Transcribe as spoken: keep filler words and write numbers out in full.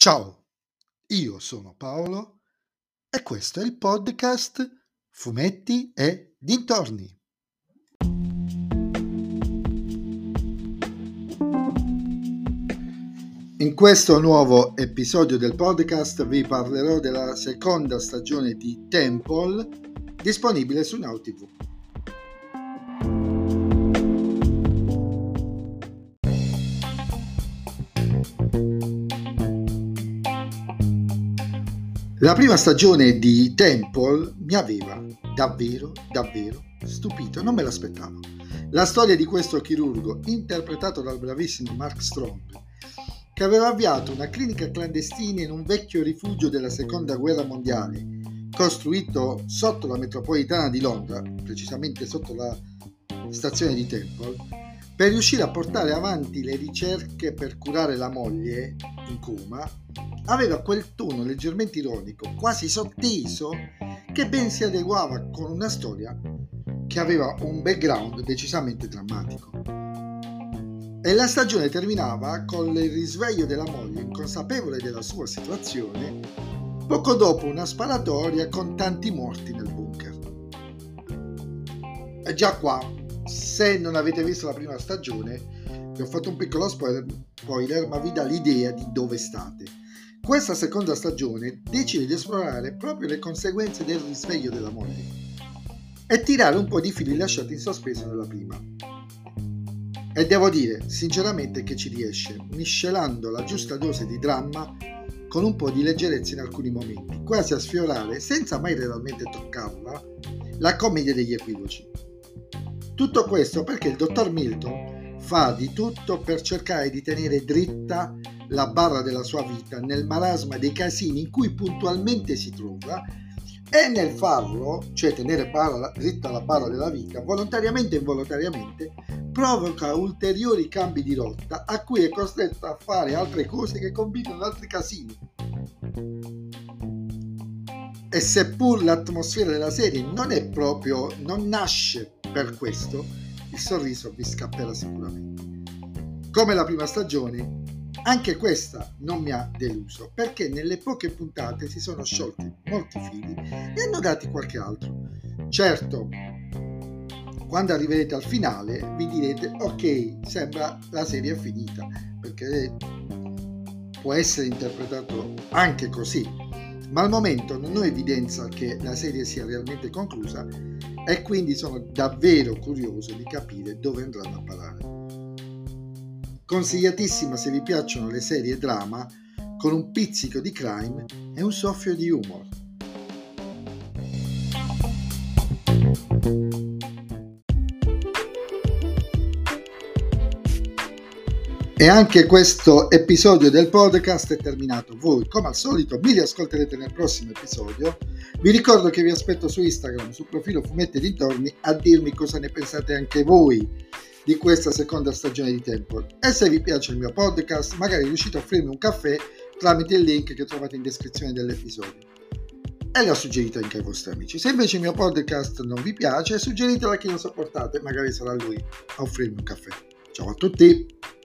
Ciao, io sono Paolo e questo è il podcast Fumetti e Dintorni. In questo nuovo episodio del podcast vi parlerò della seconda stagione di Temple, disponibile su Now ti vu. La prima stagione di Temple mi aveva davvero, davvero stupito, non me l'aspettavo. La storia di questo chirurgo, interpretato dal bravissimo Mark Strong, che aveva avviato una clinica clandestina in un vecchio rifugio della seconda guerra mondiale, costruito sotto la metropolitana di Londra, precisamente sotto la stazione di Temple, per riuscire a portare avanti le ricerche per curare la moglie in coma, aveva quel tono leggermente ironico, quasi sotteso, che ben si adeguava con una storia che aveva un background decisamente drammatico. E la stagione terminava con il risveglio della moglie, inconsapevole della sua situazione, poco dopo una sparatoria con tanti morti nel bunker. E già qua, se non avete visto la prima stagione, vi ho fatto un piccolo spoiler, spoiler ma vi dà l'idea di dove state. Questa seconda stagione decide di esplorare proprio le conseguenze del risveglio della moglie e tirare un po' di fili lasciati in sospeso nella prima. E devo dire sinceramente che ci riesce, miscelando la giusta dose di dramma con un po' di leggerezza in alcuni momenti, quasi a sfiorare, senza mai realmente toccarla, la commedia degli equivoci. Tutto questo perché il dottor Milton fa di tutto per cercare di tenere dritta la barra della sua vita nel marasma dei casini in cui puntualmente si trova, e nel farlo, cioè tenere barra, dritta la barra della vita, volontariamente e involontariamente, provoca ulteriori cambi di rotta a cui è costretto a fare altre cose che combinano altri casini. E seppur l'atmosfera della serie non è proprio, non nasce per questo, il sorriso vi scapperà sicuramente. Come la prima stagione, anche questa non mi ha deluso, perché nelle poche puntate si sono sciolti molti fili e hanno dati qualche altro. Certo, quando arriverete al finale vi direte ok, sembra la serie è finita, perché può essere interpretato anche così, ma al momento non ho evidenza che la serie sia realmente conclusa e quindi sono davvero curioso di capire dove andranno a parare. Consigliatissima se vi piacciono le serie drama con un pizzico di crime e un soffio di humor. E anche questo episodio del podcast è terminato. Voi, come al solito, mi riascolterete nel prossimo episodio. Vi ricordo che vi aspetto su Instagram, sul profilo Fumetti e Dintorni, a dirmi cosa ne pensate anche voi di questa seconda stagione di Temple. E se vi piace il mio podcast, magari riuscite a offrirmi un caffè tramite il link che trovate in descrizione dell'episodio. E lo suggerite anche ai vostri amici. Se invece il mio podcast non vi piace, suggeritelo a chi non sopportate, magari sarà lui a offrirmi un caffè. Ciao a tutti!